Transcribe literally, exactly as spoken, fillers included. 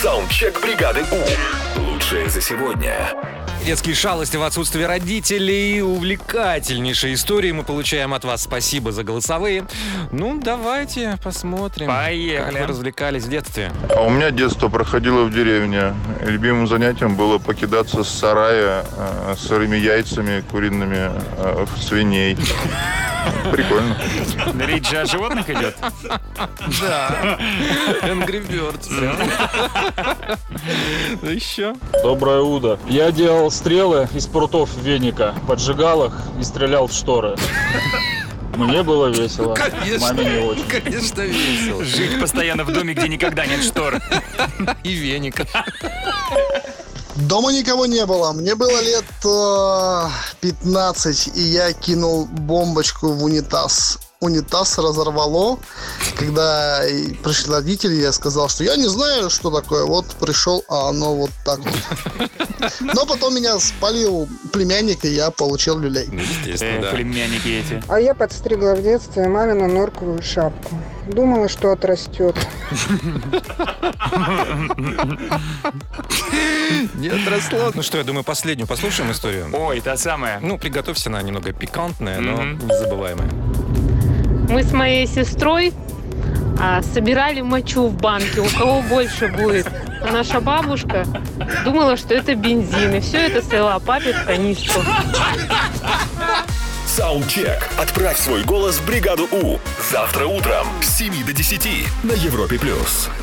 Саундчек бригады У. Лучшее за сегодня. Детские шалости в отсутствии родителей. Увлекательнейшие истории мы получаем от вас. Спасибо за голосовые. Ну, давайте посмотрим. Поехали. Как вы развлекались в детстве. А у меня детство проходило в деревне. Любимым занятием было покидаться с сарая э, сырыми яйцами, куриными э, свиней. Прикольно. Речь же о животных идет? Да. Angry Birds. Ну еще. Доброе утро. Я делал стрелы из прутов веника, поджигал их и стрелял в шторы. Мне было весело. Конечно, Маме не очень. конечно весело. Жить постоянно в доме, где никогда нет штор. И веника. Дома никого не было. Мне было лет э, пятнадцать, и я кинул бомбочку в унитаз. Унитаз разорвало. Когда пришли родители, я сказал, что я не знаю, что такое. Вот пришел, а оно вот так вот. Но потом меня спалил племянник, и я получил люлей. Естественно, Э, да. племянники эти. А я подстригла в детстве мамину норковую шапку. Думала, что отрастет. Не отросло. Ну что, я думаю, последнюю послушаем историю. Ой, та самая. Ну, приготовься, она немного пикантная, но Мгм. незабываемая. Мы с моей сестрой а, собирали мочу в банке, у кого больше будет. А наша бабушка думала, что это бензин, и все это слила папе в канистру. Саундчек. Отправь свой голос в бригаду У. Завтра утром с семи до десяти на Европе+. плюс.